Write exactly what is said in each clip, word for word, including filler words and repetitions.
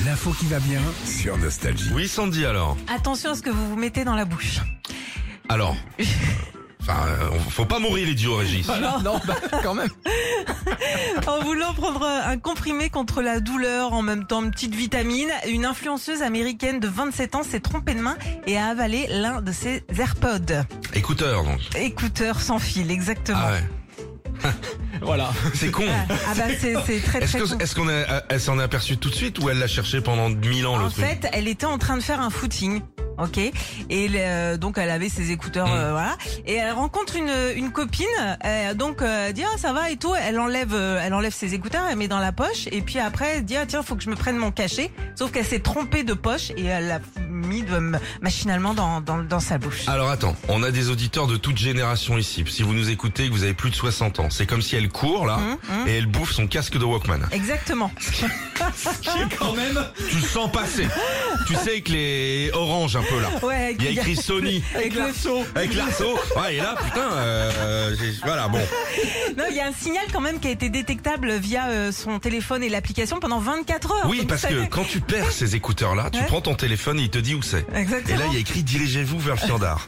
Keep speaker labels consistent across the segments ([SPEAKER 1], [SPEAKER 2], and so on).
[SPEAKER 1] L'info qui va bien sur Nostalgie.
[SPEAKER 2] Oui, Sandy, alors.
[SPEAKER 3] Attention à ce que vous vous mettez dans la bouche.
[SPEAKER 2] Alors. Enfin, euh, faut pas mourir idiot, Régis.
[SPEAKER 1] Non, non, bah, quand même.
[SPEAKER 3] En voulant prendre un comprimé contre la douleur, en même temps une petite vitamine, une influenceuse américaine de vingt-sept ans s'est trompée de main et a avalé l'un de ses AirPods.
[SPEAKER 2] Écouteur, donc.
[SPEAKER 3] Écouteurs sans fil, exactement.
[SPEAKER 2] Ah ouais.
[SPEAKER 1] Voilà.
[SPEAKER 2] C'est con.
[SPEAKER 3] Ah, ah bah c'est c'est très
[SPEAKER 2] Est-ce
[SPEAKER 3] très
[SPEAKER 2] que,
[SPEAKER 3] con.
[SPEAKER 2] est-ce qu'on a, elle s'en est aperçue tout de suite ou elle l'a cherché pendant mille ans, le
[SPEAKER 3] En
[SPEAKER 2] truc?
[SPEAKER 3] fait, elle était en train de faire un footing. Ok, et euh, donc elle avait ses écouteurs,
[SPEAKER 2] Mm.
[SPEAKER 3] euh, voilà, et elle rencontre une une copine, euh, donc euh, elle dit ah ça va et tout, elle enlève euh, elle enlève ses écouteurs, elle met dans la poche, et puis après elle dit ah tiens faut que je me prenne mon cachet, sauf qu'elle s'est trompée de poche et elle l'a mis de, machinalement dans, dans dans sa bouche.
[SPEAKER 2] Alors attends, on a des auditeurs de toute génération ici. Si vous nous écoutez et que vous avez plus de soixante ans, c'est comme si elle court là
[SPEAKER 3] Hum, hum.
[SPEAKER 2] et elle bouffe son casque de Walkman.
[SPEAKER 3] Exactement.
[SPEAKER 1] Quand même.
[SPEAKER 2] Tu le sens passer. Tu sais avec les oranges un peu là.
[SPEAKER 3] Ouais.
[SPEAKER 2] Il y a écrit Sony
[SPEAKER 3] avec le
[SPEAKER 1] l'arceau.
[SPEAKER 2] avec l'arceau. Ouais, et là putain, euh, j'ai- voilà bon.
[SPEAKER 3] Non, il y a un signal quand même qui a été détectable via euh, son téléphone et l'application pendant vingt-quatre heures.
[SPEAKER 2] Oui,
[SPEAKER 3] Donc,
[SPEAKER 2] parce
[SPEAKER 3] ça
[SPEAKER 2] que
[SPEAKER 3] fait-
[SPEAKER 2] quand tu perds ces écouteurs là, tu
[SPEAKER 3] Ouais.
[SPEAKER 2] prends ton téléphone et il te dit où c'est.
[SPEAKER 3] Exactement.
[SPEAKER 2] Et là il y a écrit dirigez-vous vers Fiandard.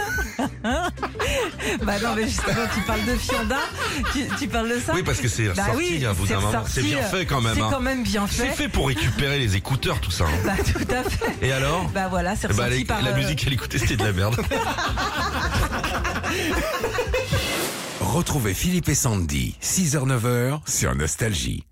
[SPEAKER 3] Bah non, mais justement, tu parles de Fianda, tu, tu parles de ça.
[SPEAKER 2] Oui, parce que c'est
[SPEAKER 3] Bah
[SPEAKER 2] sorti
[SPEAKER 3] oui,
[SPEAKER 2] hein, au bout
[SPEAKER 3] c'est
[SPEAKER 2] d'un moment.
[SPEAKER 3] ressorti,
[SPEAKER 2] C'est bien
[SPEAKER 3] euh,
[SPEAKER 2] fait quand même.
[SPEAKER 3] C'est
[SPEAKER 2] hein.
[SPEAKER 3] quand même bien
[SPEAKER 2] C'est
[SPEAKER 3] fait.
[SPEAKER 2] fait pour récupérer les écouteurs, tout ça. hein.
[SPEAKER 3] Bah tout à fait.
[SPEAKER 2] Et alors
[SPEAKER 3] Bah voilà, c'est
[SPEAKER 2] Eh ben,
[SPEAKER 3] ressorti
[SPEAKER 2] les-
[SPEAKER 3] par
[SPEAKER 2] La
[SPEAKER 3] euh,
[SPEAKER 2] musique qu'elle écoutait, c'était de la merde.
[SPEAKER 1] Retrouvez Philippe et Sandy, six heures neuf heures sur Nostalgie.